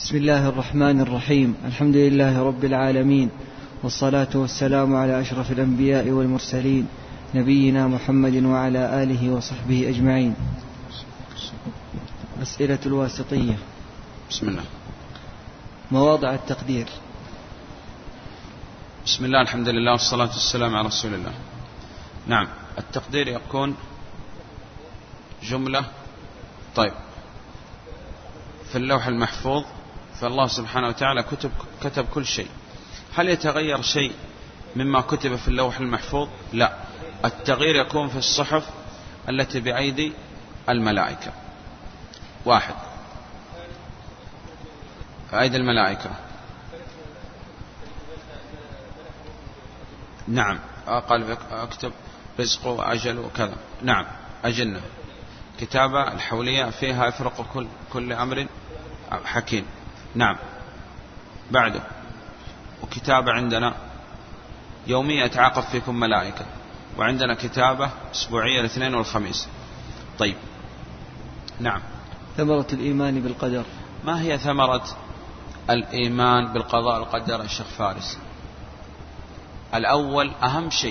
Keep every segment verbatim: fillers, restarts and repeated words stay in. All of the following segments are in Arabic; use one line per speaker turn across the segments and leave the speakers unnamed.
بسم الله الرحمن الرحيم. الحمد لله رب العالمين، والصلاة والسلام على أشرف الأنبياء والمرسلين، نبينا محمد وعلى آله وصحبه أجمعين. أسئلة الواسطية.
بسم الله.
مواضع التقدير.
بسم الله، الحمد لله، والصلاة والسلام على رسول الله. نعم، التقدير يكون جملة. طيب، في اللوح المحفوظ فالله سبحانه وتعالى كتب, كتب كل شيء. هل يتغير شيء مما كتب في اللوح المحفوظ؟ لا، التغيير يكون في الصحف التي بأيدي الملائكة. واحد، أيدي الملائكة. نعم، قال اكتب رزق وأجل وكذا. نعم، أجلنا كتابة الحولية فيها يفرق كل, كل أمر حكيم. نعم، بعده وكتابة عندنا يومية تعاقب فيكم ملائكة، وعندنا كتابة أسبوعية الاثنين والخميس. طيب، نعم.
ثمرة الإيمان بالقدر.
ما هي ثمرة الإيمان بالقضاء والقدر يا شيخ فارس؟ الأول أهم شيء،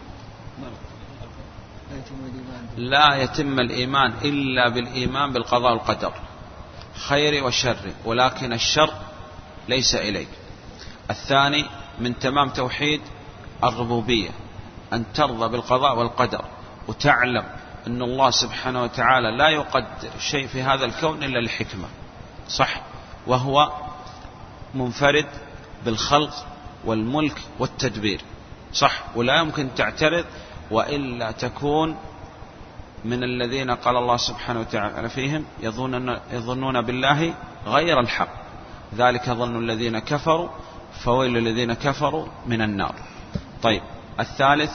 لا يتم الإيمان إلا بالإيمان بالقضاء والقدر، خير وشر، ولكن الشر ليس إليك. الثاني من تمام توحيد الربوبية أن ترضى بالقضاء والقدر، وتعلم أن الله سبحانه وتعالى لا يقدر شيء في هذا الكون إلا لحكمة، صح، وهو منفرد بالخلق والملك والتدبير، صح، ولا يمكن تعترض وإلا تكون من الذين قال الله سبحانه وتعالى فيهم يظنون, يظنون بالله غير الحق، ذلك ظن الذين كفروا فويل الذين كفروا من النار. طيب، الثالث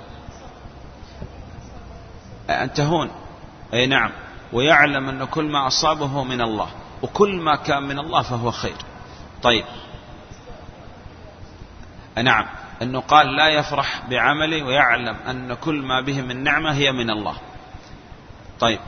أن تهون، أي نعم، ويعلم أن كل ما أصابه من الله، وكل ما كان من الله فهو خير. طيب، نعم، أنه قال لا يفرح بعمله، ويعلم أن كل ما به من نعمة هي من الله. طيب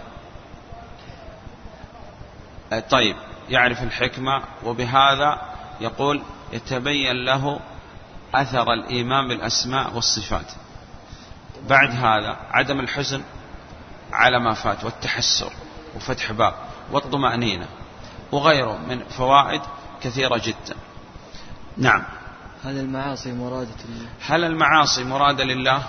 طيب يعرف الحكمة، وبهذا يقول يتبين له أثر الإيمان بالأسماء والصفات. بعد هذا عدم الحزن على ما فات، والتحسر، وفتح باب، والطمأنينة، وغيره من فوائد كثيرة جدا. نعم.
هل المعاصي مرادة لله؟
هل المعاصي مرادة لله؟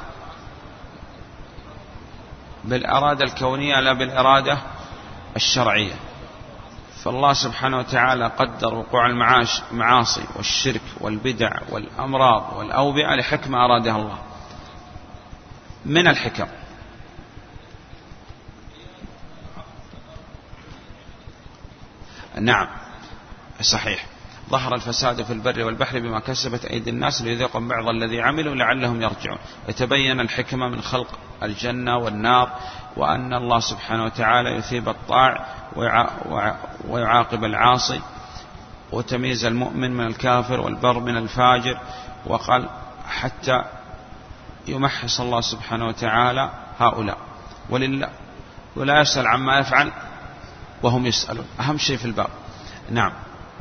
بالإرادة الكونية لا بالإرادة الشرعية. فالله سبحانه وتعالى قدر وقوع المعاصي والشرك والبدع والأمراض والأوبئة لحكمة أرادها الله من الحكم. نعم، صحيح. ظهر الفساد في البر والبحر بما كسبت أيدي الناس ليذيقهم بعض الذي عملوا لعلهم يرجعون. يتبين الحكمة من خلق الجنة والنار، وأن الله سبحانه وتعالى يثيب الطاع ويعاقب العاصي، وتمييز المؤمن من الكافر والبر من الفاجر. وقال حتى يمحص الله سبحانه وتعالى هؤلاء ولله، ولا يسأل عما يفعل وهم يسألون. أهم شيء في الباب. نعم.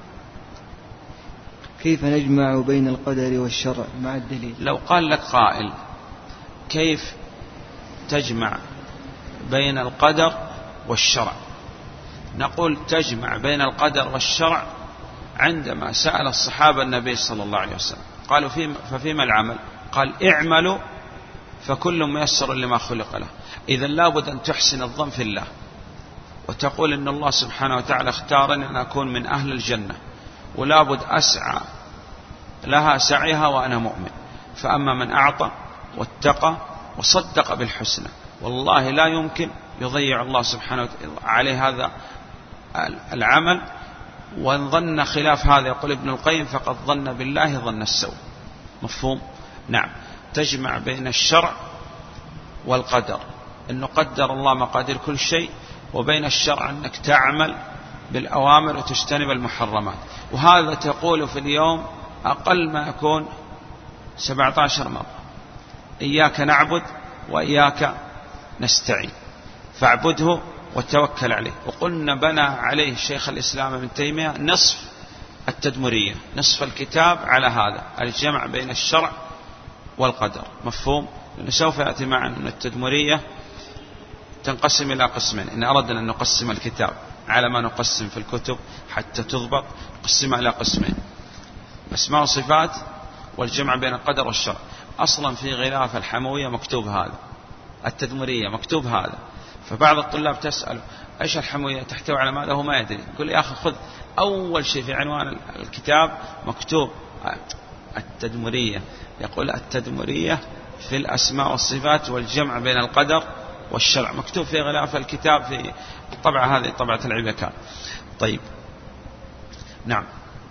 كيف نجمع بين القدر والشرع مع الدليل؟
لو قال لك قائل كيف تجمع بين القدر والشرع، نقول تجمع بين القدر والشرع عندما سأل الصحابة النبي صلى الله عليه وسلم قالوا فيما ففيما العمل؟ قال اعملوا فكل ميسر لما خلق له. إذا لابد أن تحسن الظن في الله، وتقول إن الله سبحانه وتعالى اختارني أن أكون من أهل الجنة، ولابد أسعى لها سعيها وأنا مؤمن. فأما من أعطى واتقى وصدق بالحسنى، والله لا يمكن يضيع الله سبحانه وتعالى عليه هذا العمل. وإن ظن خلاف هذا، يقول ابن القيم، فقد ظن بالله ظن السوء. مفهوم؟ نعم. تجمع بين الشرع والقدر، أنه قدر الله مقادير كل شيء، وبين الشرع أنك تعمل بالأوامر وتجتنب المحرمات. وهذا تقول في اليوم أقل ما يكون سبعة عشر مرة: إياك نعبد وإياك نستعين، فاعبده وتوكل عليه. وقلنا بنى عليه شيخ الإسلام ابن تيمية نصف التدمرية، نصف الكتاب على هذا الجمع بين الشرع والقدر. مفهوم؟ لأنه سوف يأتي معنا أن التدمرية تنقسم إلى قسمين. إن أردنا أن نقسم الكتاب على ما نقسم في الكتب حتى تضبط، نقسمها إلى قسمين: أسماء وصفات والجمع بين القدر والشرع. أصلا في غلاف الحموية مكتوب هذا، التدمرية مكتوب هذا. فبعض الطلاب تسأل إيش الحموية تحتوي على ماذا، هو ما يدري. يقول يا أخي خذ أول شيء في عنوان الكتاب مكتوب التدمرية. يقول التدمرية في الأسماء والصفات والجمع بين القدر والشرع، مكتوب في غلاف الكتاب في الطبعة هذه، طبعة العبكان. طيب نعم.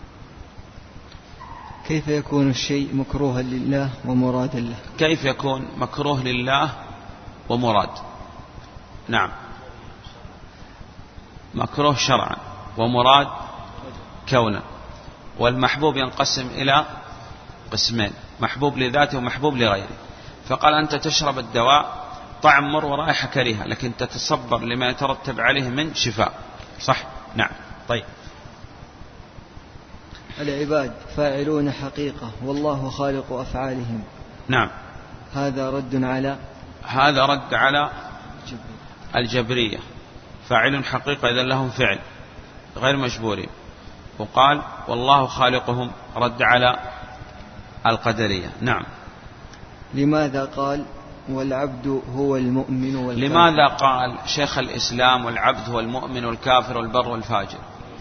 كيف يكون الشيء مكروها لله ومرادا له؟
كيف يكون مكروه لله ومراد؟ نعم، مكروه شرعا ومراد كونا. والمحبوب ينقسم إلى قسمين: محبوب لذاته ومحبوب لغيره. فقال أنت تشرب الدواء طعم مر ورائحة كريهة، لكن تتصبر لما يترتب عليه من شفاء، صح؟ نعم. طيب.
العباد فاعلون حقيقة والله خالق أفعالهم.
نعم.
هذا رد على
هذا رد على الجبرية. فاعل حقيقة إذن لهم فعل غير مجبورين. وقال والله خالقهم رد على القدرية. نعم.
لماذا قال والعبد هو المؤمن والكافر؟
لماذا قال شيخ الإسلام والعبد هو المؤمن والكافر والبر والفاجر؟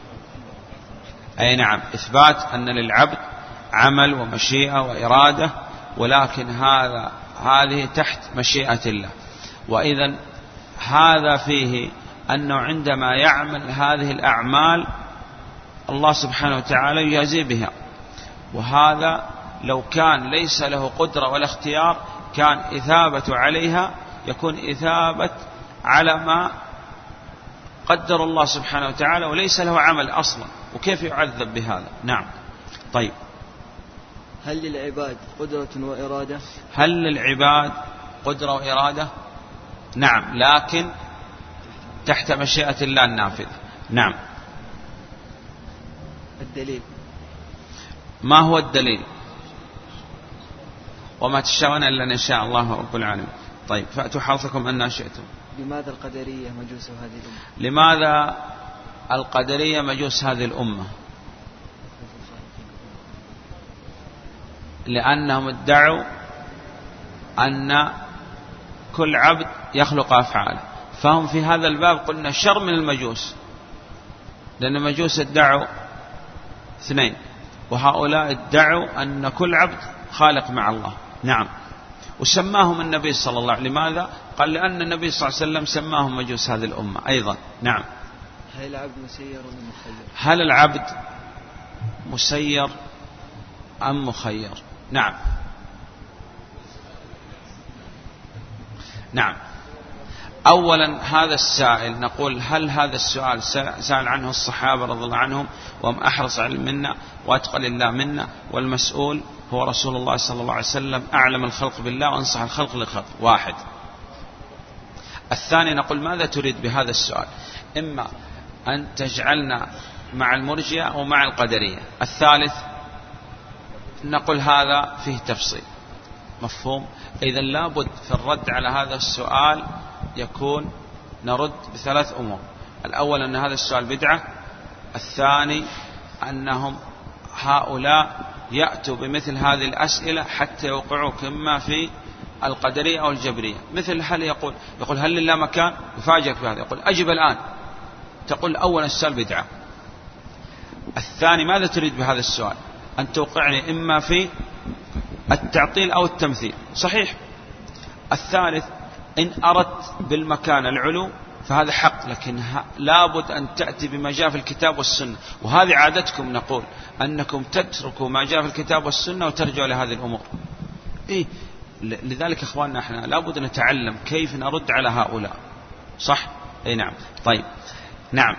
أي نعم، إثبات أن للعبد عمل ومشيئة وإرادة، ولكن هذا هذه تحت مشيئة الله. وإذن هذا فيه أنه عندما يعمل هذه الأعمال الله سبحانه وتعالى يجازي بها. وهذا لو كان ليس له قدرة ولا اختيار كان إثابة عليها يكون إثابة على ما قدر الله سبحانه وتعالى، وليس له عمل أصلا، وكيف يعذب بهذا؟ نعم. طيب.
هل للعباد قدرة وإرادة؟
هل للعباد قدرة وإرادة؟ نعم، لكن تحت مشيئة الله النافذة. نعم.
الدليل؟
ما هو الدليل؟ وما تشاءون إلا أن يشاء الله رب العالمين. طيب، فأتوا حرثكم أن شئتم.
لماذا القدرية مجوس هذه الأمة؟
لماذا القدرية مجوس هذه الأمة؟ لأنهم ادعوا أن كل عبد يخلق أفعاله، فهم في هذا الباب قلنا شر من المجوس، لأن المجوس ادعوا اثنين، وهؤلاء ادعوا أن كل عبد خالق مع الله. نعم. وسماهم النبي صلى الله عليه وسلم. لماذا؟ قال لأن النبي صلى الله عليه وسلم سماهم مجوس هذه الأمة أيضا. نعم.
هل العبد مسير أم مخير؟
هل العبد مسير أم مخير؟ نعم. نعم. أولا هذا السائل نقول هل هذا السؤال سأل عنه الصحابة رضي الله عنهم وهم أحرص علم منا وأتقى لله منا، والمسؤول هو رسول الله صلى الله عليه وسلم أعلم الخلق بالله وأنصح الخلق للخلق. واحد. الثاني نقول ماذا تريد بهذا السؤال؟ إما أن تجعلنا مع المرجئة أو مع القدرية. الثالث نقول هذا فيه تفصيل. مفهوم؟ إذن لابد في الرد على هذا السؤال يكون نرد بثلاث أمور: الأول أن هذا السؤال بدعة، الثاني أنهم هؤلاء يأتوا بمثل هذه الأسئلة حتى يوقعوا كما في القدرية أو الجبرية. مثل هل يقول يقول هل لله مكان؟ يفاجئك بهذا، يقول أجب الآن. تقول أولا السؤال بدعة. الثاني ماذا تريد بهذا السؤال؟ أن توقعني إما في التعطيل أو التمثيل. صحيح. الثالث إن أردت بالمكان العلو فهذا حق، لكن لابد أن تأتي بما جاء في الكتاب والسنة. وهذه عادتكم، نقول أنكم تتركوا ما جاء في الكتاب والسنة وترجعوا لهذه الأمور. إيه؟ لذلك إخواننا إحنا لابد أن نتعلم كيف نرد على هؤلاء. صح؟ أي نعم. طيب. نعم.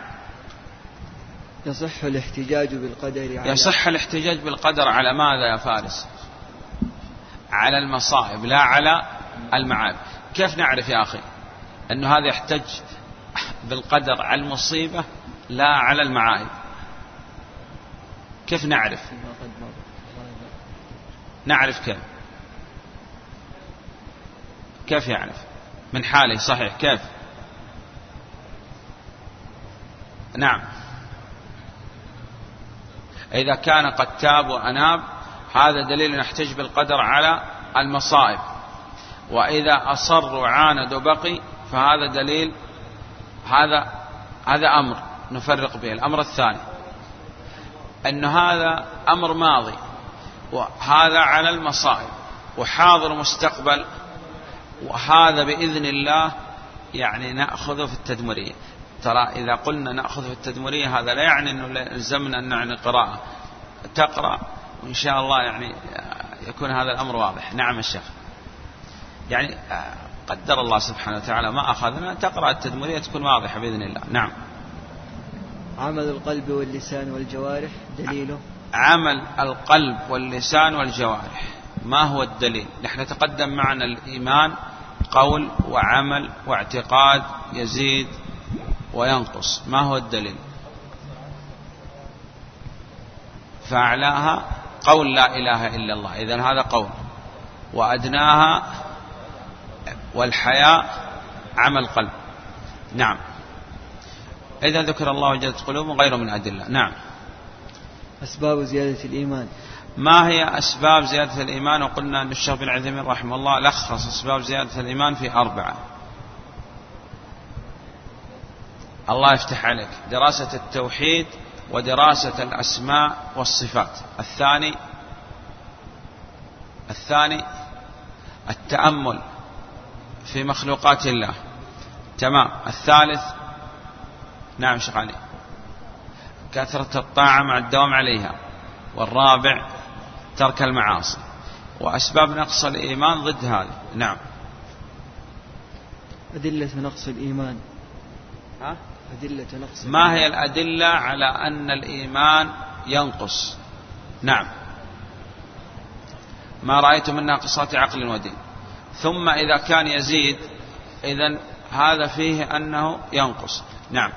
يصح الاحتجاج بالقدر على
يصح الاحتجاج بالقدر على ماذا يا فارس؟ على المصائب لا على المعاب. كيف نعرف يا أخي أنه هذا يحتج بالقدر على المصيبة لا على المعايب؟ كيف نعرف نعرف كيف كيف يعرف من حاله صحيح كيف نعم إذا كان قد تاب وأناب هذا دليل نحتج بالقدر على المصائب، وإذا أصر وعاند وبقي فهذا دليل هذا هذا أمر نفرق به. الأمر الثاني أن هذا أمر ماضي وهذا على المصائب وحاضر مستقبل، وهذا بإذن الله يعني نأخذه في التدمرية. ترى إذا قلنا نأخذ في التدمرية هذا لا يعني أنه لزمنا أن نعني قراءة تقرأ وإن شاء الله يعني يكون هذا الأمر واضح. نعم الشيخ يعني قدر الله سبحانه وتعالى ما أخذنا تقرأ التدمرية تكون واضحة بإذن الله. نعم.
عمل القلب واللسان والجوارح دليله
عمل القلب واللسان والجوارح ما هو الدليل؟ نحن تقدم معنا الإيمان قول وعمل واعتقاد يزيد وينقص، ما هو الدليل؟ فأعلاها قول لا إله إلا الله، إذن هذا قول، وأدناها والحياء عمل قلب. نعم. إذا ذكر الله وجلت قلوبهم غير من أدلة. نعم.
أسباب زيادة الإيمان.
ما هي أسباب زيادة الإيمان؟ وقلنا أن الشيخ بن عثيمين رحمه الله لخص أسباب زيادة الإيمان في أربعة. الله يفتح عليك، دراسة التوحيد ودراسة الأسماء والصفات. الثاني الثاني التأمل في مخلوقات الله. تمام. الثالث نعم شيخ علي كثرة الطاعة مع الدوام عليها. والرابع ترك المعاصي. وأسباب نقص الإيمان ضد هذا. نعم.
أدلة نقص الإيمان.
ها؟
أدلة نقص
ما الإيمان. هي الأدلة على أن الإيمان ينقص؟ نعم. ما رأيت من ناقصات عقل ودين. ثم إذا كان يزيد إذن هذا فيه أنه ينقص. نعم.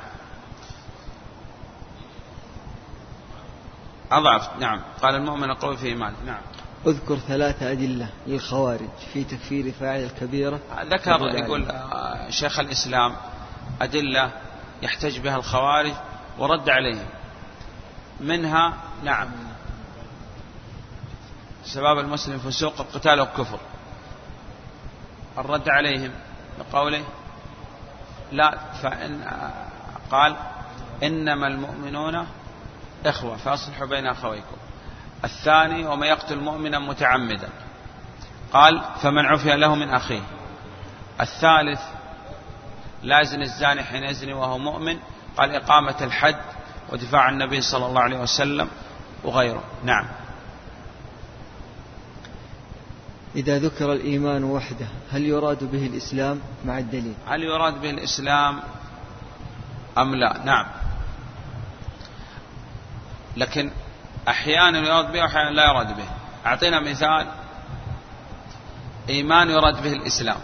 أضعف. نعم. قال المؤمن القوي في إيمان. نعم.
اذكر ثلاثة أدلة للخوارج في تكفير فاعل الكبيرة.
ذكر يقول شيخ الإسلام أدلة يحتج بها الخوارج ورد عليهم، منها نعم سباب المسلم فسوق القتال والكفر، الرد عليهم بقوله لا فإن قال إنما المؤمنون إخوة فأصلحوا بين أخويكم. الثاني وما يقتل مؤمنا متعمدا قال فمن عفي له من أخيه. الثالث لا يزني الزاني حين يزني وهو مؤمن قال إقامة الحد ودفاع النبي صلى الله عليه وسلم وغيره. نعم.
إذا ذكر الإيمان وحده هل يراد به الإسلام مع الدليل؟
هل يراد به الإسلام أم لا؟ نعم. لكن أحيانا يراد به وأحيانا لا يراد به. أعطينا مثال إيمان يراد به الإسلام.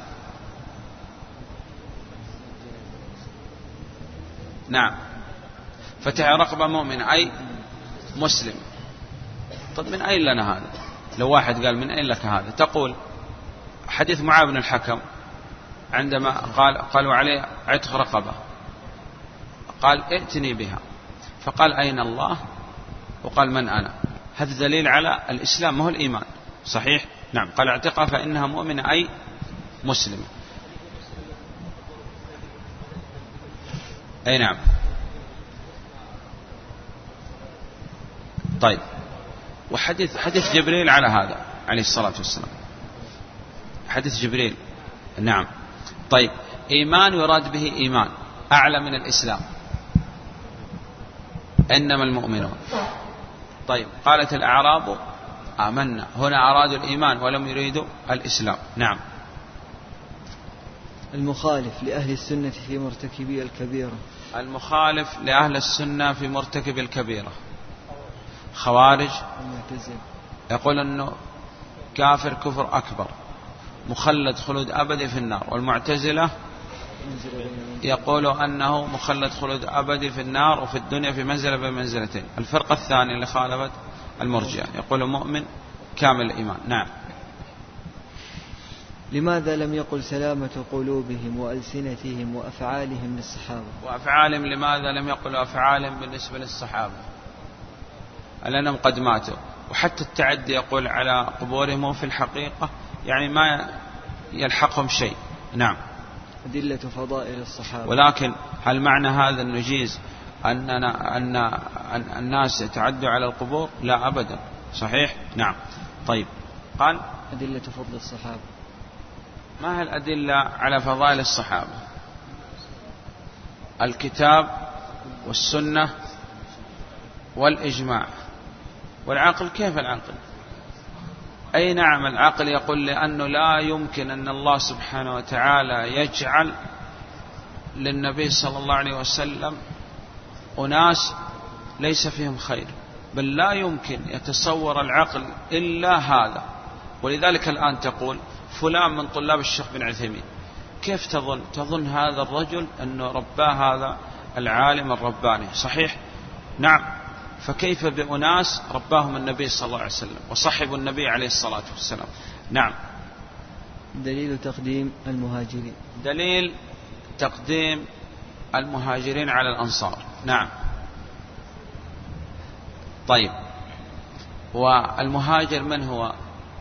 نعم. فتح رقبة مؤمن أي مسلم. طب من أين لنا هذا؟ لو واحد قال من أين لك هذا؟ تقول حديث معاذ بن الحكم عندما قال قالوا عليه عتق رقبة قال ائتني بها فقال أين الله؟ وقال من أنا؟ هذا دليل على الإسلام ما هو الإيمان. صحيح؟ نعم. قال اعتقها فإنها مؤمنة أي مسلمة. أي نعم. طيب. وحديث حديث جبريل على هذا عليه الصلاة والسلام. حديث جبريل. نعم. طيب. إيمان يراد به إيمان أعلى من الإسلام. إنما المؤمنون. طيب. قالت الأعراب آمنا. هنا أرادوا الإيمان ولم يريدوا الإسلام. نعم.
المخالف لأهل السنة في مرتكبي الكبيرة.
المخالف لأهل السنة في مرتكب الكبيرة خوارج يقول أنه كافر كفر أكبر مخلد خلود أبدي في النار، والمعتزلة يقول أنه مخلد خلود أبدي في النار وفي الدنيا في منزلة بمنزلتين. الفرقة الثانية اللي خالفت المرجئة يقول مؤمن كامل الإيمان. نعم.
لماذا لم يقل سلامة قلوبهم وألسنتهم وأفعالهم للصحابة؟
وأفعالهم لماذا لم يقل أفعالهم بالنسبة للصحابة؟ لأنهم قد ماتوا. وحتى التعدي يقول على قبورهم في الحقيقة يعني ما يلحقهم شيء. نعم.
أدلة فضائل الصحابة.
ولكن هل معنى هذا أن نجيز أننا أن أن الناس يتعدوا على القبور؟ لا أبدا. صحيح. نعم. طيب قال
أدلة فضل الصحابة.
ما هي الأدلة على فضائل الصحابة؟ الكتاب والسنة والإجماع والعقل. كيف العقل؟ أي نعم العقل يقول لأنه لا يمكن أن الله سبحانه وتعالى يجعل للنبي صلى الله عليه وسلم أناس ليس فيهم خير، بل لا يمكن يتصور العقل إلا هذا. ولذلك الآن تقول فلان من طلاب الشيخ بن عثيمين، كيف تظن؟ تظن هذا الرجل أنه رباه هذا العالم الرباني. صحيح. نعم. فكيف بأناس رباهم النبي صلى الله عليه وسلم وصحبوا النبي عليه الصلاة والسلام. نعم.
دليل تقديم المهاجرين.
دليل تقديم المهاجرين على الأنصار. نعم. طيب والمهاجر من هو؟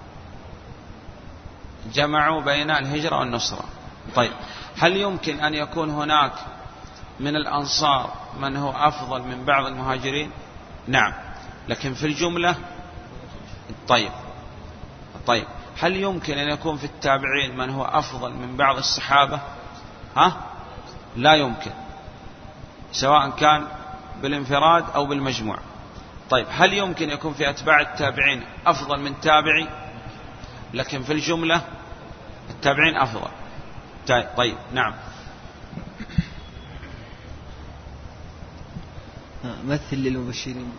جمعوا بين الهجرة والنصرة. طيب هل يمكن أن يكون هناك من الأنصار من هو أفضل من بعض المهاجرين؟ نعم. لكن في الجملة. طيب طيب هل يمكن أن يكون في التابعين من هو أفضل من بعض الصحابة؟ ها؟ لا يمكن، سواء كان بالانفراد أو بالمجموع. طيب هل يمكن يكون في أتباع التابعين أفضل من تابعي؟ لكن في الجملة التابعين أفضل. طيب. نعم.
مثل للمبشرين.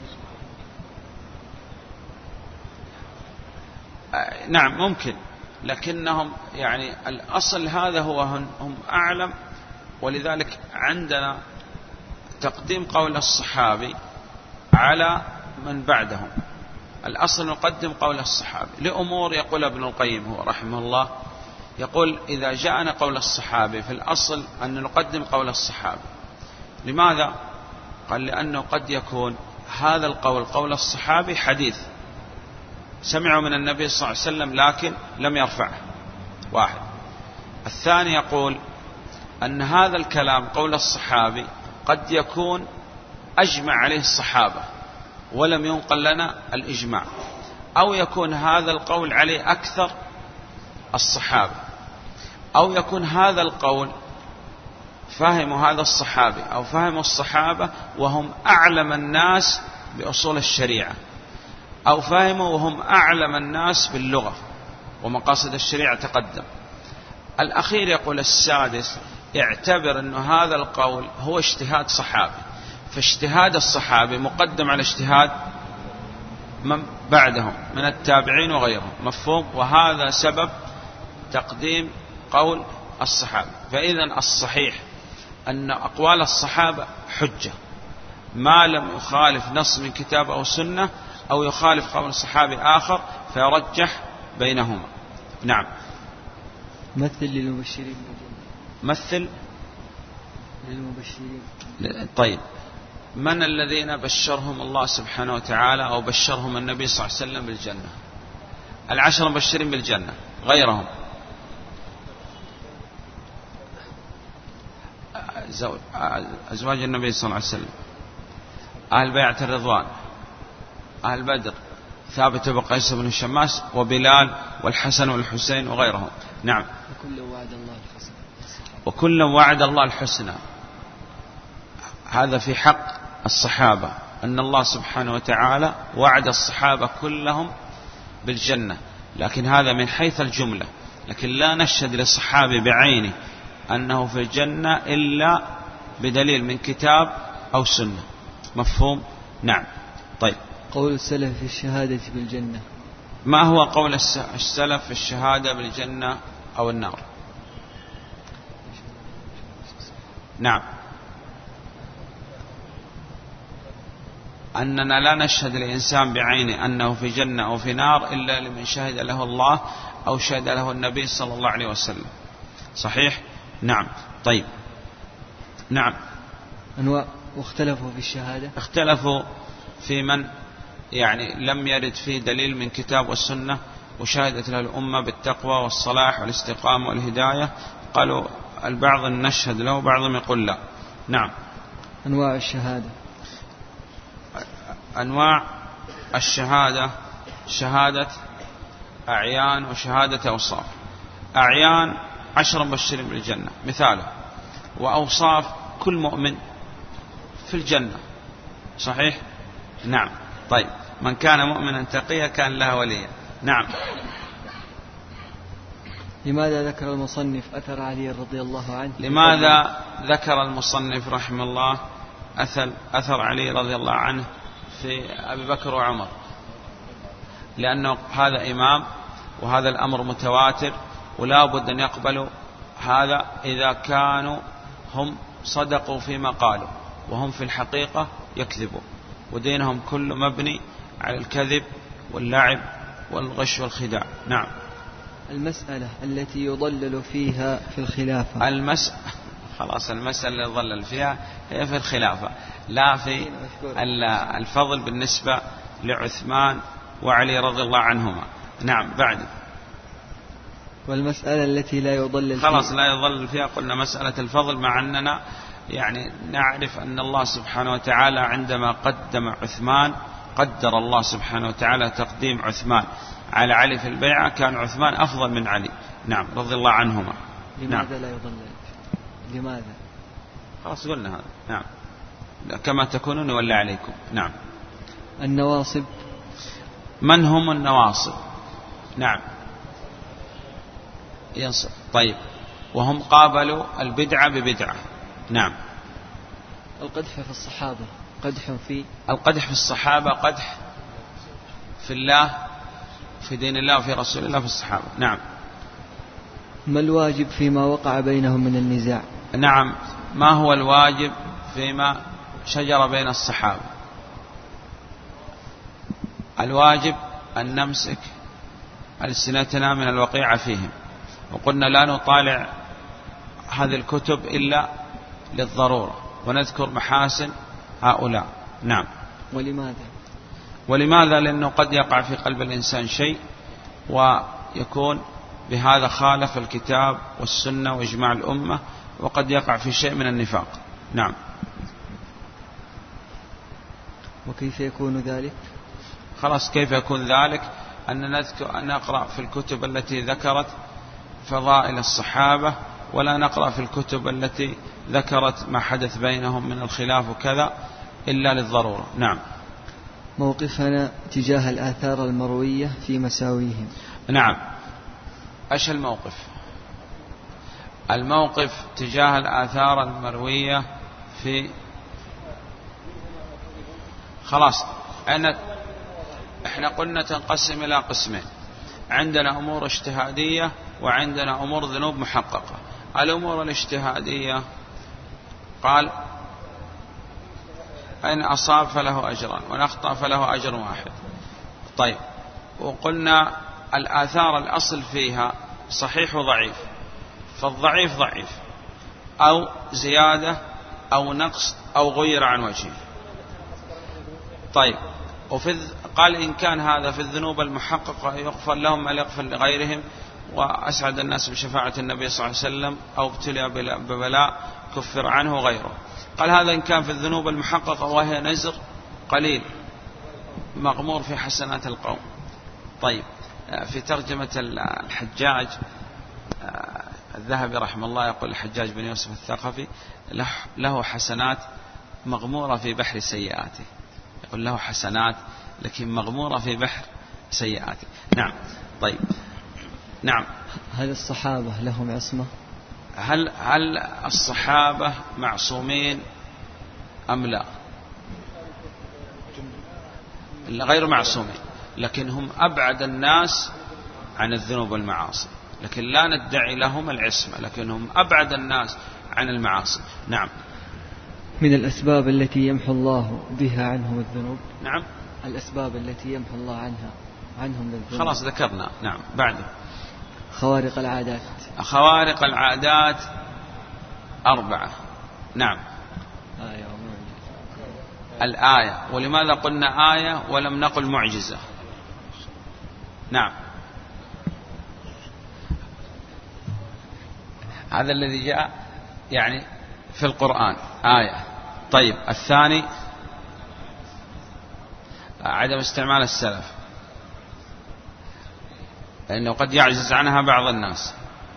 نعم ممكن، لكنهم يعني الأصل هذا هو هم أعلم. ولذلك عندنا تقديم قول الصحابي على من بعدهم. الأصل نقدم قول الصحابي لأمور يقول ابن القيم هو رحمه الله، يقول إذا جاءنا قول الصحابي في الأصل أن نقدم قول الصحابي. لماذا؟ قال لأنه قد يكون هذا القول قول الصحابي حديث سمعوا من النبي صلى الله عليه وسلم لكن لم يرفعه. واحد. الثاني يقول أن هذا الكلام قول الصحابي قد يكون أجمع عليه الصحابة ولم ينقل لنا الإجماع، أو يكون هذا القول عليه أكثر الصحابة، أو يكون هذا القول فهموا هذا الصحابي أو فهموا الصحابة وهم أعلم الناس بأصول الشريعة، أو فهموا وهم أعلم الناس باللغة ومقاصد الشريعة تقدم. الأخير يقول السادس اعتبر أن هذا القول هو اجتهاد صحابي، فاجتهاد الصحابي مقدم على اجتهاد من بعدهم من التابعين وغيرهم. مفهوم؟ وهذا سبب تقديم قول الصحابة. فإذا الصحيح أن أقوال الصحابة حجة ما لم يخالف نص من كتاب أو سنة أو يخالف قول صحابي آخر فيرجح بينهما. نعم.
مثل للمبشرين.
مثل
للمبشرين.
طيب من الذين بشرهم الله سبحانه وتعالى أو بشرهم النبي صلى الله عليه وسلم بالجنة؟ العشر مبشرين بالجنة غيرهم. أزواج النبي صلى الله عليه وسلم، أهل بيعة الرضوان، أهل بدر، ثابت بن قيس بن الشماس وبلال والحسن والحسين وغيرهم. نعم.
وكل وعد الله الحسنى.
وكل وعد الله الحسنى. هذا في حق الصحابة أن الله سبحانه وتعالى وعد الصحابة كلهم بالجنة، لكن هذا من حيث الجملة، لكن لا نشهد للصحابي بعينه أنه في الجنة إلا بدليل من كتاب أو سنة. مفهوم؟ نعم. طيب
قول السلف في الشهادة بالجنة.
ما هو قول السلف في الشهادة بالجنة أو النار؟ نعم. أننا لا نشهد لإنسان بعينه أنه في جنة أو في نار إلا لمن شهد له الله أو شهد له النبي صلى الله عليه وسلم. صحيح؟ نعم. طيب. نعم.
أنواع. واختلفوا في الشهادة،
اختلفوا في من يعني لم يرد فيه دليل من كتاب والسنة وشهدت له الأمة بالتقوى والصلاح والاستقامة والهداية. قالوا البعض نشهد له وبعضهم يقول لا. نعم.
أنواع الشهادة.
أنواع الشهادة شهادة أعيان وشهادة أوصاف. أعيان عشر مبشرين بالجنة مثاله، وأوصاف كل مؤمن في الجنة. صحيح؟ نعم. طيب، من كان مؤمنا تقيا كان له وليا. نعم.
لماذا ذكر المصنف أثر علي رضي الله عنه؟
لماذا ذكر المصنف رحمه الله أثر, أثر علي رضي الله عنه في أبي بكر وعمر؟ لأنه هذا إمام وهذا الأمر متواتر، ولا بد أن يقبلوا هذا إذا كانوا هم صدقوا فيما قالوا وهم في الحقيقة يكذبوا، ودينهم كله مبني على الكذب واللعب والغش والخداع. نعم.
المسألة التي يضلل فيها في الخلافة.
المس... خلاص المسألة اللي يضلل فيها هي في الخلافة، لا في الفضل بالنسبة لعثمان وعلي رضي الله عنهما. نعم. بعد.
والمسألة التي لا يضلل فيها،
خلاص لا يضلل فيها قلنا مسألة الفضل، مع أننا يعني نعرف أن الله سبحانه وتعالى عندما قدم عثمان قدر الله سبحانه وتعالى تقديم عثمان على علي في البيعة، كان عثمان أفضل من علي. نعم. رضي الله عنهما.
لماذا نعم. لا يضلل؟ لماذا؟
خلاص قلنا هذا. نعم. كما تكونون يولى عليكم. نعم.
النواصب.
من هم النواصب؟ نعم. ينصب. طيب. وهم قابلوا البدعة ببدعة. نعم.
القدح في الصحابة قدح في
القدح في الصحابة قدح في الله في دين الله وفي رسول الله في الصحابة. نعم.
ما الواجب فيما وقع بينهم من النزاع؟
نعم. ما هو الواجب فيما شجر بين الصحابة؟ الواجب أن نمسك ألسنتنا من الوقيعة فيهم، وقلنا لا نطالع هذه الكتب إلا للضرورة ونذكر محاسن هؤلاء. نعم.
ولماذا؟
ولماذا؟ لأنه قد يقع في قلب الإنسان شيء ويكون بهذا خالف الكتاب والسنة وإجماع الأمة، وقد يقع في شيء من النفاق. نعم.
وكيف يكون ذلك؟
خلاص كيف يكون ذلك؟ أن نذكر أن نقرأ في الكتب التي ذكرت فضائل الصحابة، ولا نقرأ في الكتب التي ذكرت ما حدث بينهم من الخلاف وكذا إلا للضرورة. نعم.
موقفنا تجاه الآثار المروية في مساويهم.
نعم. أش الموقف؟ الموقف تجاه الآثار المروية في خلاص أنا احنا قلنا تنقسم إلى قسمين، عندنا أمور اجتهادية وعندنا أمور ذنوب محققة. الأمور الاجتهادية قال إن أصاب فله أجران وإن أخطأ فله أجر واحد. طيب، وقلنا الآثار الأصل فيها صحيح وضعيف، فالضعيف ضعيف أو زيادة أو نقص أو غير عن وجهه. طيب، وفي قال إن كان هذا في الذنوب المحققة يغفر لهم ما يغفر لغيرهم، وأسعد الناس بشفاعة النبي صلى الله عليه وسلم، أو ابتلى ببلاء كفر عنه غيره. قال هذا إن كان في الذنوب المحققة وهي نزر قليل مغمور في حسنات القوم. طيب، في ترجمة الحجاج الذهبي رحمه الله يقول الحجاج بن يوسف الثقفي له حسنات مغمورة في بحر سيئاته، يقول له حسنات لكن مغمورة في بحر سيئاته. نعم. طيب. نعم.
هل الصحابة لهم عصمة؟
هل هل الصحابة معصومين أم لا؟ غير معصومين، لكن هم أبعد الناس عن الذنوب والمعاصي، لكن لا ندعي لهم العصمة، لكن هم أبعد الناس عن المعاصي. نعم.
من الأسباب التي يمحو الله بها عنهم الذنوب.
نعم.
الأسباب التي يمحو الله عنها عنهم الذنوب.
خلاص ذكرنا. نعم. بعده
خوارق العادات.
خوارق العادات أربعة. نعم.
آية
الآية. ولماذا قلنا آية ولم نقل معجزة؟ نعم. هذا الذي جاء يعني في القرآن آية. طيب الثاني عدم استعمال السلف، لأنه قد يعجز عنها بعض الناس.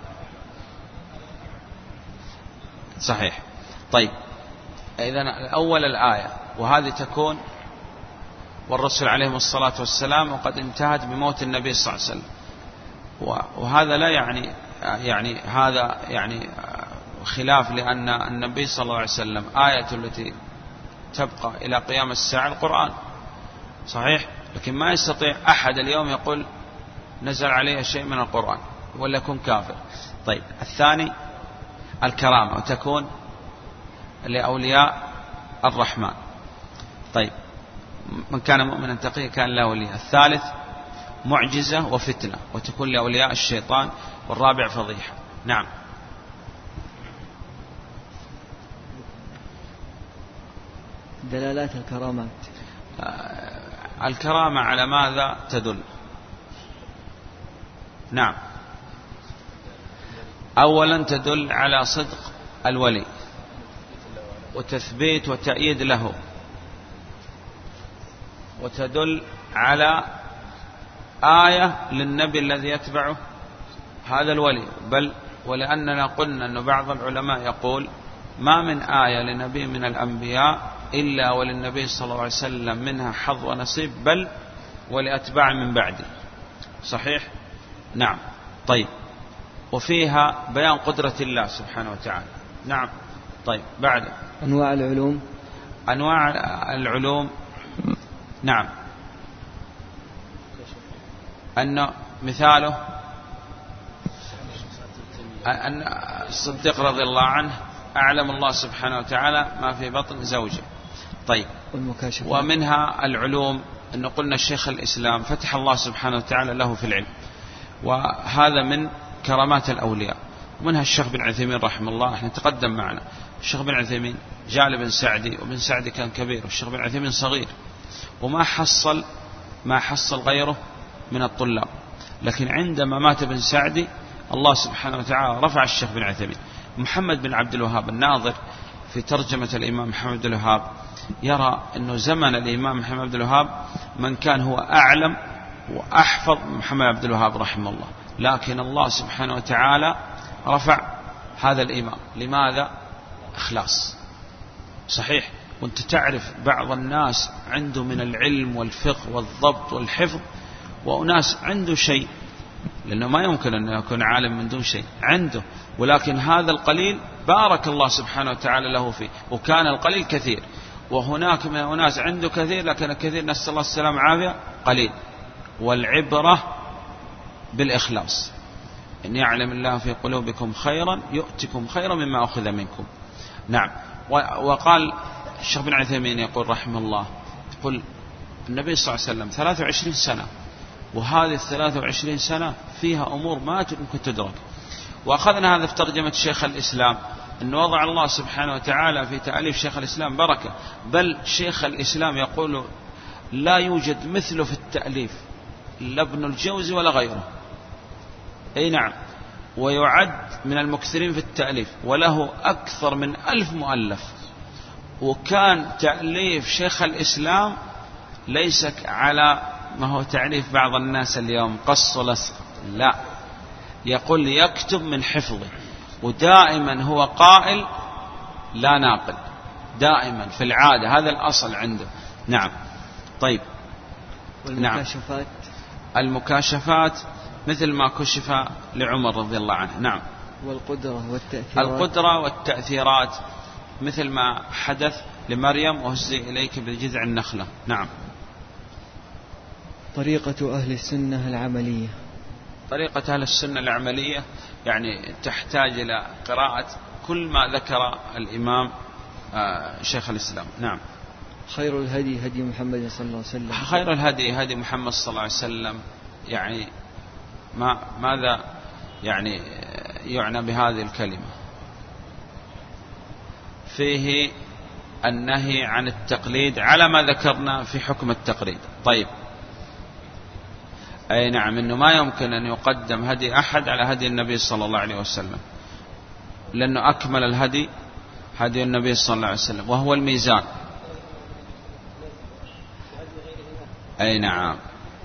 صحيح. طيب إذن الأول الآية، وهذه تكون والرسل عليهم الصلاة والسلام وقد انتهت بموت النبي صلى الله عليه وسلم، وهذا لا يعني يعني هذا يعني خلاف، لأن النبي صلى الله عليه وسلم آية التي تبقى إلى قيام الساعة القرآن. صحيح. لكن ما يستطيع أحد اليوم يقول نزل عليه شيء من القرآن ولا يكون كافر. طيب الثاني الكرامة، وتكون لأولياء الرحمن. طيب من كان مؤمنا تقيا كان له ولي. الثالث معجزة وفتنة، وتكون لأولياء الشيطان. والرابع فضيحة. نعم.
دلالات الكرامات.
آه الكرامة على ماذا تدل؟ نعم. أولا تدل على صدق الولي وتثبيت وتأييد له، وتدل على آية للنبي الذي يتبعه هذا الولي. بل ولأننا قلنا أن بعض العلماء يقول ما من آية لنبي من الأنبياء إلا وللنبي صلى الله عليه وسلم منها حظ ونصيب، بل ولأتباع من بعده. صحيح. نعم. طيب وفيها بيان قدرة الله سبحانه وتعالى. نعم. طيب بعد
أنواع العلوم.
أنواع العلوم. نعم. أن مثاله أن الصديق رضي الله عنه أعلم الله سبحانه وتعالى ما في بطن زوجه. طيب ومنها العلوم أن قلنا الشيخ الإسلام فتح الله سبحانه وتعالى له في العلم، وهذا من كرامات الأولياء. ومنها الشيخ بن عثيمين رحمه الله، احنا تقدم معنا الشيخ بن عثيمين جاء لابن سعدي، وابن سعدي كان كبير والشيخ بن عثيمين صغير، وما حصل ما حصل غيره من الطلاب. لكن عندما مات ابن سعدي الله سبحانه وتعالى رفع الشيخ بن عثيمين. محمد بن عبد الوهاب الناظر في ترجمة الإمام محمد بن الوهاب يرى أنه زمن الإمام محمد بن عبد الوهاب من كان هو أعلم وأحفظ محمد بن عبد الوهاب رحمه الله، لكن الله سبحانه وتعالى رفع هذا الإمام. لماذا؟ إخلاص. صحيح. وانت تعرف بعض الناس عنده من العلم والفقه والضبط والحفظ، وناس عنده شيء، لأنه ما يمكن أن يكون عالم من دون شيء عنده، ولكن هذا القليل بارك الله سبحانه وتعالى له فيه، وكان القليل كثير. وهناك من الناس عنده كثير لكن الكثير نسأل الله السلام عافية قليل. والعبرة بالإخلاص. إن يعلم الله في قلوبكم خيرا يؤتكم خيرا مما أخذ منكم. نعم. وقال الشيخ بن عثيمين يقول رحمه الله، يقول النبي صلى الله عليه وسلم ثلاث وعشرين سنة، وهذه الثلاث وعشرين سنة فيها أمور ما يمكن تدرك. وأخذنا هذا في ترجمة شيخ الإسلام، أن وضع الله سبحانه وتعالى في تأليف شيخ الإسلام بركة. بل شيخ الإسلام يقول لا يوجد مثله في التأليف، لا ابن الجوزي ولا غيره. أي نعم. ويعد من المكثرين في التأليف، وله أكثر من ألف مؤلف. وكان تأليف شيخ الإسلام ليس على ما هو تعريف بعض الناس اليوم قص ولصق، لا، يقول يكتب من حفظه. ودائما هو قائل لا ناقل، دائما في العادة، هذا الأصل عنده. نعم. طيب.
والمكاشفات.
نعم. المكاشفات مثل ما كشف لعمر رضي الله عنه. نعم.
والقدرة والتأثيرات.
القدرة والتأثيرات مثل ما حدث لمريم وهزي إليك بجذع النخلة. نعم.
طريقة أهل السنة العملية.
طريقة أهل السنة العملية يعني تحتاج إلى قراءة كل ما ذكر الإمام شيخ الإسلام. نعم.
خير الهدي هدي محمد صلى الله عليه وسلم.
خير الهدي هدي محمد صلى الله عليه وسلم، يعني ما ماذا يعني يعنى بهذه الكلمة؟ فيه النهي عن التقليد على ما ذكرنا في حكم التقليد. طيب، أي نعم، إنه ما يمكن أن يقدم هدي أحد على هدي النبي صلى الله عليه وسلم، لأنه أكمل الهدي هدي النبي صلى الله عليه وسلم وهو الميزان. أي نعم،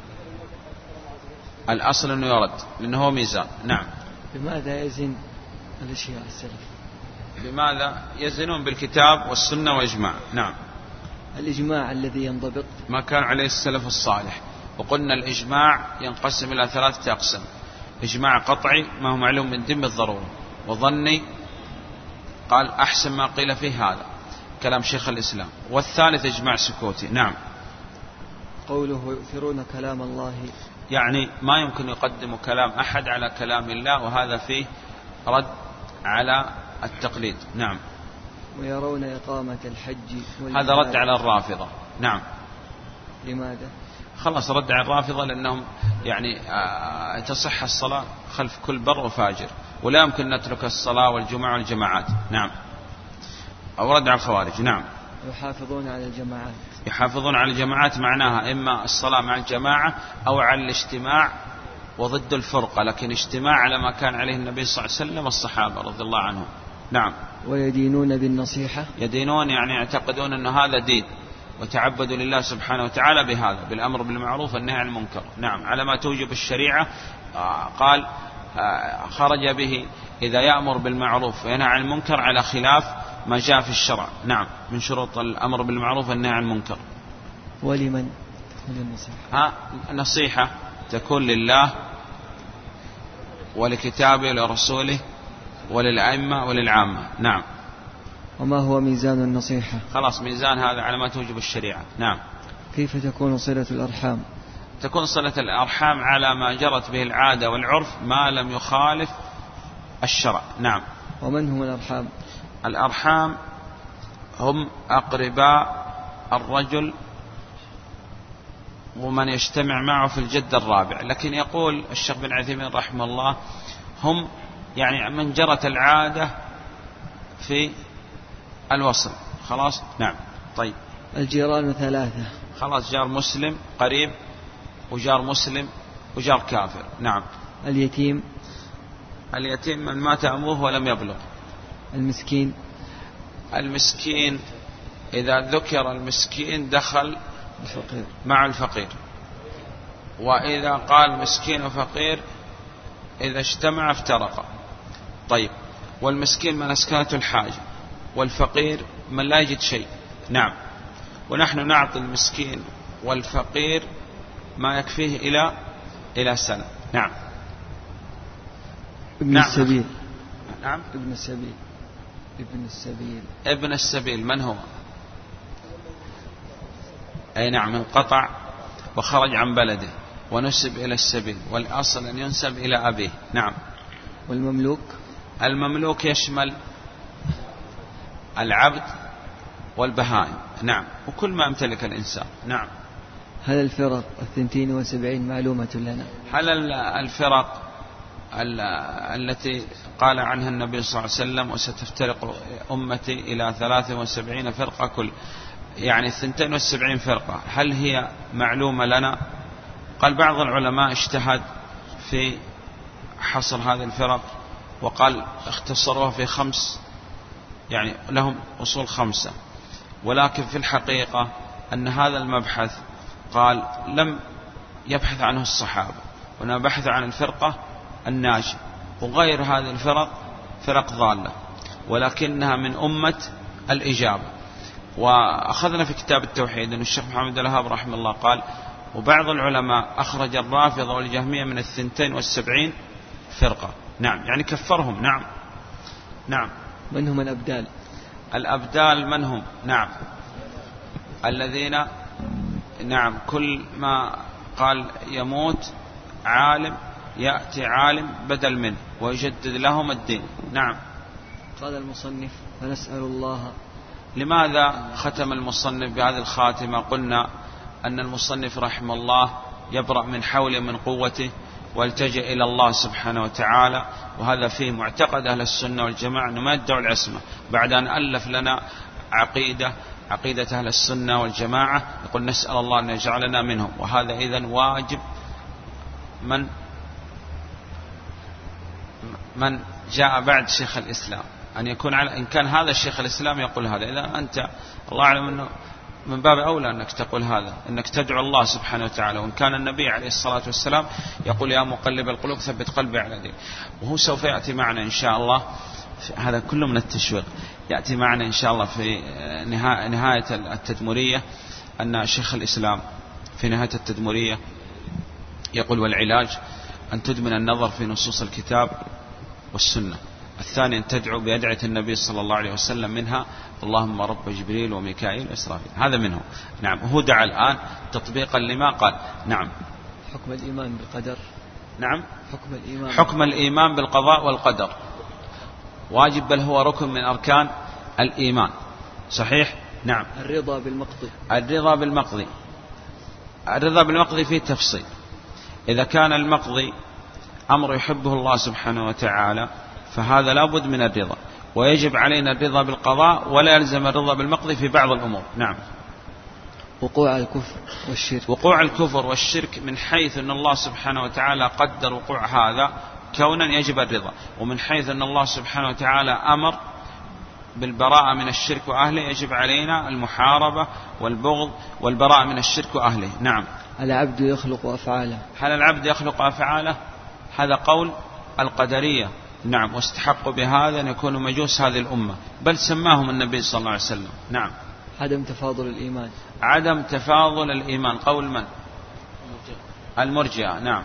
الأصل أنه يرد لأنه هو ميزان. نعم.
بماذا يزن الأشياء السلف؟
بماذا يزنون؟ بالكتاب والسنة والإجماع. نعم.
الإجماع الذي ينضبط
ما كان عليه السلف الصالح. وقلنا الإجماع ينقسم إلى ثلاثة أقسام: إجماع قطعي ما هو معلوم من دين بالضرورة، وظني قال أحسن ما قيل فيه هذا كلام شيخ الإسلام، والثالث إجماع سكوتي. نعم.
قوله يؤثرون كلام الله،
يعني ما يمكن يقدم كلام أحد على كلام الله، وهذا فيه رد على التقليد. نعم.
ويرون إقامة الحج،
هذا رد على الرافضة. نعم.
لماذا؟
خلص رد على الرافضة لأنهم يعني تصح الصلاة خلف كل بر وفاجر، ولا يمكن نترك الصلاة والجمعة والجماعات. نعم. أو رد على الخوارج. نعم.
يحافظون على الجماعات.
يحافظون على الجماعات معناها إما الصلاة مع الجماعة أو على الاجتماع وضد الفرقة، لكن اجتماع على ما كان عليه النبي صلى الله عليه وسلم والصحابة رضي الله عنهم. نعم.
ويدينون بالنصيحة،
يدينون يعني يعتقدون أن هذا دين، وتعبدوا لله سبحانه وتعالى بهذا، بالأمر بالمعروف والنهي عن المنكر. نعم. على ما توجب الشريعة. قال خرج به إذا يأمر بالمعروف وينهى عن المنكر على خلاف ما جاء في الشرع. نعم. من شروط الأمر بالمعروف والنهي عن المنكر.
ولمن النصيحة؟
ها نصيحة تكون لله ولكتابه ولرسوله وللأئمة وللعامة. نعم.
وما هو ميزان النصيحة؟
خلاص، ميزان هذا على ما توجب الشريعة. نعم.
كيف تكون صلة الأرحام؟
تكون صلة الأرحام على ما جرت به العادة والعرف ما لم يخالف الشرع. نعم.
ومن هم الأرحام؟
الأرحام هم أقرباء الرجل ومن يجتمع معه في الجد الرابع، لكن يقول الشيخ بن عثيمين رحمه الله هم يعني من جرت العادة في الوصل. خلاص. نعم. طيب.
الجيران ثلاثة.
خلاص، جار مسلم قريب وجار مسلم وجار كافر. نعم.
اليتيم.
اليتيم من مات أبوه ولم يبلغ.
المسكين.
المسكين إذا ذكر المسكين دخل
الفقير
مع الفقير، وإذا قال مسكين وفقير إذا اجتمع افترقا. طيب. والمسكين من أسكنته الحاجة، والفقير من لا يجد شيء. نعم. ونحن نعطي المسكين والفقير ما يكفيه إلى إلى سنة. نعم.
ابن
نعم.
السبيل.
نعم.
ابن السبيل. ابن السبيل.
ابن السبيل من هو؟ أي نعم، انقطع وخرج عن بلده ونسب إلى السبيل، والأصل أن ينسب إلى أبيه. نعم.
والمملوك؟
المملوك يشمل العبد والبهائم. نعم. وكل ما يمتلك الإنسان. نعم.
هل الفرق الثنتين وسبعين معلومة لنا؟
هل الفرق التي قال عنها النبي صلى الله عليه وسلم وستفترق أمتي إلى ثلاث وسبعين فرقة، كل يعني الثنتين والسبعين فرقة، هل هي معلومة لنا؟ قال بعض العلماء اجتهد في حصر هذه الفرق وقال اختصروها في خمس، يعني لهم أصول خمسة، ولكن في الحقيقة أن هذا المبحث قال لم يبحث عنه الصحابة، وإنما بحث عن الفرقة الناجية، وغير هذه الفرق فرق ضالة ولكنها من أمة الإجابة. وأخذنا في كتاب التوحيد أن الشيخ محمد الوهاب رحمه الله قال وبعض العلماء أخرج الرافضة والجهمية من الثنتين والسبعين فرقة. نعم. يعني كفرهم. نعم. نعم.
من هم الأبدال؟
الأبدال من هم؟ نعم. الذين نعم كل ما قال يموت عالم يأتي عالم بدل منه ويجدد لهم الدين. نعم.
قال المصنف فنسأل الله.
لماذا ختم المصنف بهذه الخاتمة؟ قلنا أن المصنف رحمه الله يبرأ من حوله من قوته والتجئ إلى الله سبحانه وتعالى، وهذا فيه معتقد أهل السنة والجماعة أنه ما يدعو العصمة بعد أن ألف لنا عقيدة عقيدة أهل السنة والجماعة، يقول نسأل الله أن يجعلنا منهم. وهذا إذن واجب من من جاء بعد شيخ الإسلام أن يكون على، إن كان هذا الشيخ الإسلام يقول هذا، إذا أنت الله أعلم أنه من باب أولى أنك تقول هذا، أنك تدعو الله سبحانه وتعالى. وإن كان النبي عليه الصلاة والسلام يقول يا مقلب القلوب ثبت قلبي على دين. وهو سوف يأتي معنا إن شاء الله، هذا كله من التشويق، يأتي معنا إن شاء الله في نهاية التدمرية أن شيخ الإسلام في نهاية التدمرية يقول والعلاج أن تدمن النظر في نصوص الكتاب والسنة. الثاني أن تدعو بأدعية النبي صلى الله عليه وسلم، منها اللهم رب جبريل وميكائيل وإسرافيل. هذا منه. نعم. هو دعا الآن تطبيقا لما قال. نعم.
حكم الإيمان بالقدر.
نعم.
حكم الإيمان
حكم الإيمان بالقضاء والقدر واجب، بل هو ركن من أركان الإيمان. صحيح. نعم.
الرضا بالمقضي.
الرضا بالمقضي الرضا بالمقضي فيه تفصيل. إذا كان المقضي أمر يحبه الله سبحانه وتعالى فهذا لابد من الرضا، ويجب علينا الرضا بالقضاء، ولا يلزم الرضا بالمقضي في بعض الأمور. نعم.
وقوع الكفر والشرك.
وقوع الكفر والشرك من حيث أن الله سبحانه وتعالى قدر وقوع هذا كونا يجب الرضا، ومن حيث أن الله سبحانه وتعالى أمر بالبراءة من الشرك وأهله يجب علينا المحاربة والبغض والبراءة من الشرك وأهله. نعم.
العبد يخلق أفعاله.
هل العبد يخلق أفعاله؟ هذا قول القدرية. نعم. واستحقوا بهذا أن يكونوا مجوس هذه الأمة، بل سماهم النبي صلى الله عليه وسلم. نعم.
عدم تفاضل الإيمان.
عدم تفاضل الإيمان قول من؟ المرجئة. نعم.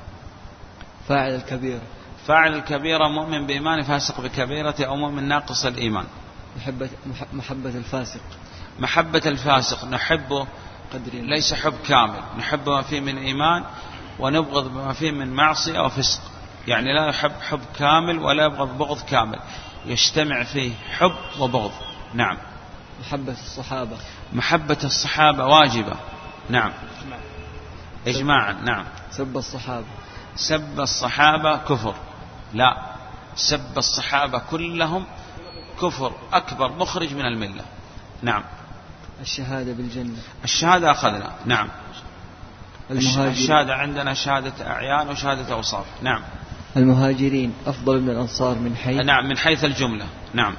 فاعل الكبيرة.
فاعل الكبيرة مؤمن بإيمان فاسق بكبيرة، أو مؤمن ناقص الإيمان.
محبة, محبة الفاسق.
محبة الفاسق نحبه ليس حب كامل، نحب ما فيه من إيمان ونبغض ما فيه من معصية أو فسق، يعني لا يحب حب كامل ولا يبغض بغض كامل، يجتمع فيه حب وبغض. نعم.
محبة الصحابة.
محبة الصحابة واجبة. نعم. إجماعا. نعم.
سب الصحابة.
سب الصحابة كفر. لا، سب الصحابة كلهم كفر أكبر مخرج من الملة. نعم.
الشهادة بالجنة.
الشهادة أخذنا. نعم.
المهاجرين.
الشهادة عندنا شهادة أعيان وشهادة أوصاف. نعم.
المهاجرين أفضل من الأنصار من حيث.
نعم، من حيث الجملة. نعم.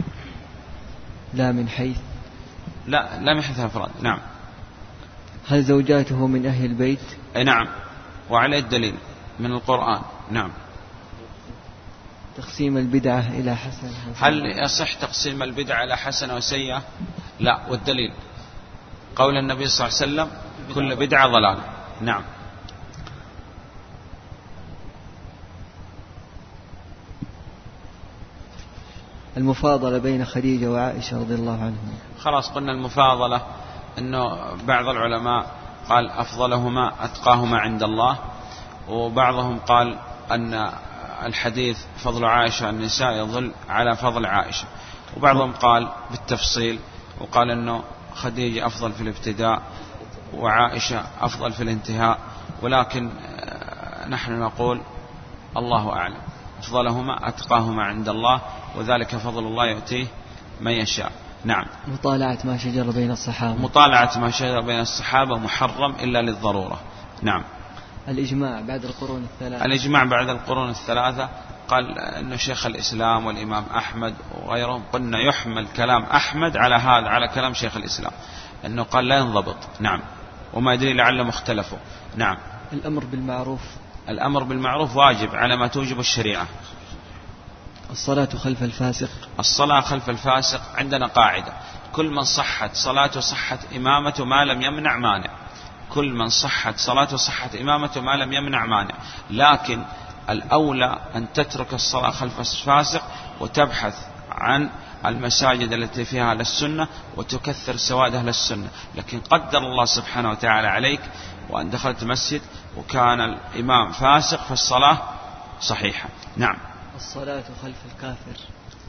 لا من حيث.
لا لا من حيث الأفراد. نعم.
هل زوجاته من أهل البيت؟
نعم، وعليه الدليل من القرآن. نعم.
تقسيم البدعة إلى حسنة.
هل يصح تقسيم البدعة إلى حسنة وسيئة؟ لا، والدليل قول النبي صلى الله عليه وسلم كل بدعة ضلالة. نعم.
المفاضلة بين خديجة وعائشة رضي الله عنهم.
خلاص قلنا المفاضلة أنه بعض العلماء قال أفضلهما أتقاهما عند الله، وبعضهم قال أن الحديث فضل عائشة النساء يظل على فضل عائشة، وبعضهم قال بالتفصيل وقال أنه خديجة أفضل في الابتداء وعائشة أفضل في الانتهاء، ولكن نحن نقول الله أعلم، أفضلهما أتقاهما عند الله، وذلك فضل الله يؤتيه من يشاء. نعم.
مطالعة ما شجر بين الصحابة.
مطالعة ما شجر بين الصحابة محرم إلا للضرورة. نعم.
الإجماع بعد القرون الثلاثة.
الإجماع بعد القرون الثلاثة قال أن شيخ الإسلام والإمام أحمد وغيرهم قلنا يحمل كلام أحمد على هذا على كلام شيخ الإسلام، أنه قال لا ينضبط. نعم. وما يدري لعل مختلفه. نعم.
الأمر بالمعروف.
الأمر بالمعروف واجب على ما توجب الشريعة.
الصلاة خلف الفاسق.
الصلاة خلف الفاسق عندنا قاعدة: كل من صحت صلاته صحت إمامته ما لم يمنع مانع. كل من صحت صلاته صحت إمامته ما لم يمنع مانع، لكن الأولى أن تترك الصلاة خلف الفاسق وتبحث عن المساجد التي فيها أهل السنة وتكثر سواد أهل السنة. لكن قدر الله سبحانه وتعالى عليك وأن دخلت مسجد وكان الإمام فاسق فالصلاة صحيحة. نعم.
الصلاة خلف الكافر.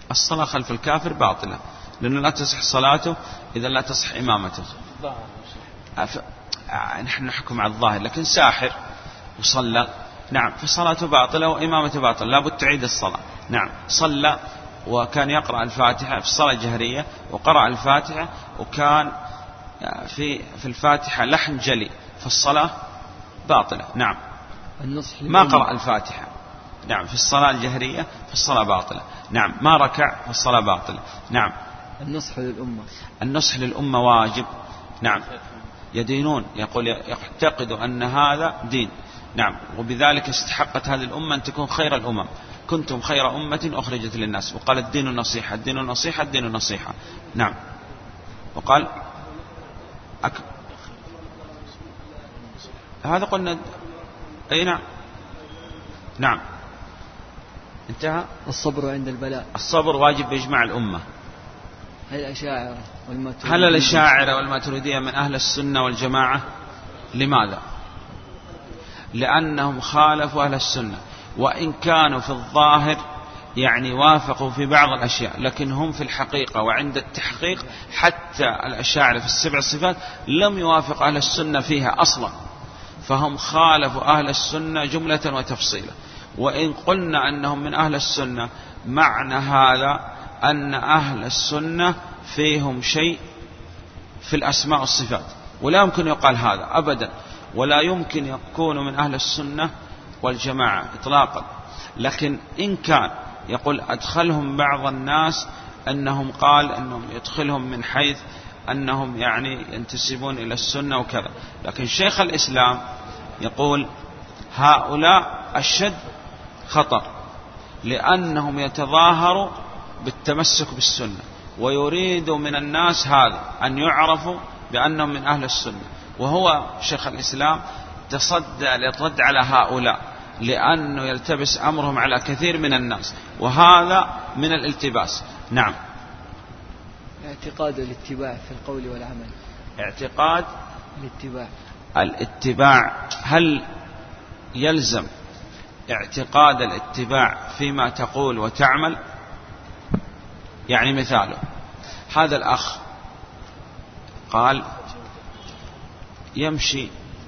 الصلاة خلف الكافر باطلة، لأنه لا تصح صلاته إذا لا تصح إمامته. أف... نحن نحكم على الظاهر، لكن ساحر وصلى نعم فصلاته باطلة وإمامته باطلة، لابد تعيد الصلاة. نعم صلى وكان يقرأ الفاتحة في الصلاة الجهرية، وقرأ الفاتحة وكان في في الفاتحة لحن جلي، فالصلاة باطلة. نعم ما قرأ الفاتحة نعم في الصلاة الجهرية فالصلاة باطلة. نعم ما ركع فالصلاة باطلة. نعم
النصح للأمة
النصح للأمة واجب. نعم يدينون، يقول يعتقد أن هذا دين. نعم وبذلك استحقت هذه الأمة أن تكون خير الأمم، كنتم خير أمة أخرجت للناس، وقال الدين النصيحة الدين النصيحة الدين النصيحة. نعم وقال أك... هذا قلنا أي نعم نعم انتهى.
الصبر عند البلاء،
الصبر واجب بإجماع الأمة.
هل الأشاعرة والماتريدية
هل الأشاعرة والماتريدية من أهل السنة والجماعة؟ لماذا؟ لأنهم خالفوا أهل السنة، وإن كانوا في الظاهر يعني وافقوا في بعض الأشياء، لكن هم في الحقيقة وعند التحقيق حتى الأشاعرة في السبع صفات لم يوافق أهل السنة فيها أصلا، فهم خالفوا أهل السنة جملة وتفصيلا. وإن قلنا أنهم من أهل السنة، معنى هذا أن أهل السنة فيهم شيء في الأسماء والصفات، ولا يمكن يقال هذا أبدا، ولا يمكن يكون من أهل السنة والجماعة إطلاقا. لكن إن كان يقول أدخلهم بعض الناس أنهم قال أنهم يدخلهم من حيث أنهم يعني ينتسبون إلى السنة وكذا، لكن شيخ الإسلام يقول هؤلاء أشد خطر، لأنهم يتظاهروا بالتمسك بالسنة، ويريد من الناس هذا أن يعرفوا بأنهم من أهل السنة، وهو شيخ الإسلام تصدى للرد على هؤلاء، لأنه يلتبس أمرهم على كثير من الناس، وهذا من الالتباس. نعم
اعتقاد الاتباع في القول والعمل.
اعتقاد
الاتباع
الاتباع هل يلزم اعتقاد الاتباع فيما تقول وتعمل؟ يعني مثاله هذا الأخ قال يمشي،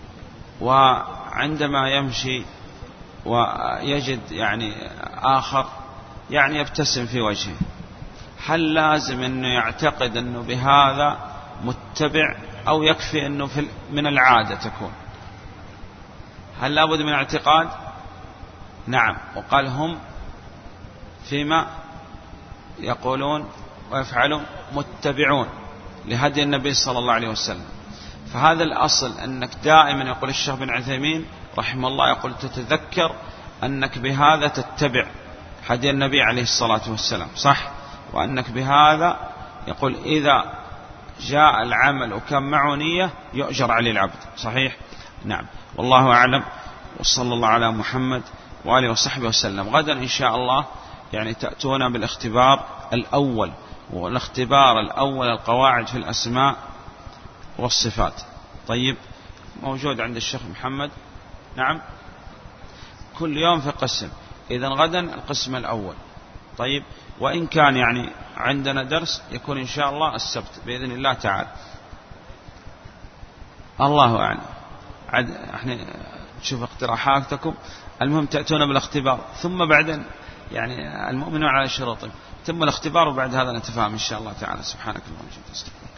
وعندما يمشي ويجد يعني آخر يعني يبتسم في وجهه، هل لازم أنه يعتقد أنه بهذا متبع، أو يكفي أنه في من العادة تكون؟ هل لابد من اعتقاد؟ نعم. وقال هم فيما يقولون ويفعلون متبعون لهدي النبي صلى الله عليه وسلم. فهذا الأصل أنك دائما، يقول الشيخ بن عثيمين رحمه الله، يقول تتذكر أنك بهذا تتبع هدي النبي عليه الصلاة والسلام، صح؟ وأنك بهذا يقول إذا جاء العمل وكان معه نية يؤجر عليه العبد، صحيح؟ نعم. والله أعلم، وصلى الله على محمد وآله وصحبه وسلم. غدا إن شاء الله يعني تأتونا بالاختبار الأول، والاختبار الأول القواعد في الأسماء والصفات. طيب موجود عند الشيخ محمد. نعم كل يوم في قسم، إذن غدا القسم الأول. طيب وإن كان يعني عندنا درس يكون إن شاء الله السبت بإذن الله تعالى. الله أعلم، احنا نشوف اقتراحاتكم. المهم تأتون بالاختبار، ثم بعدين يعني المؤمنون على شروطهم، ثم الاختبار، وبعد هذا نتفاهم إن شاء الله تعالى. سبحانك اللهم وبحمدك.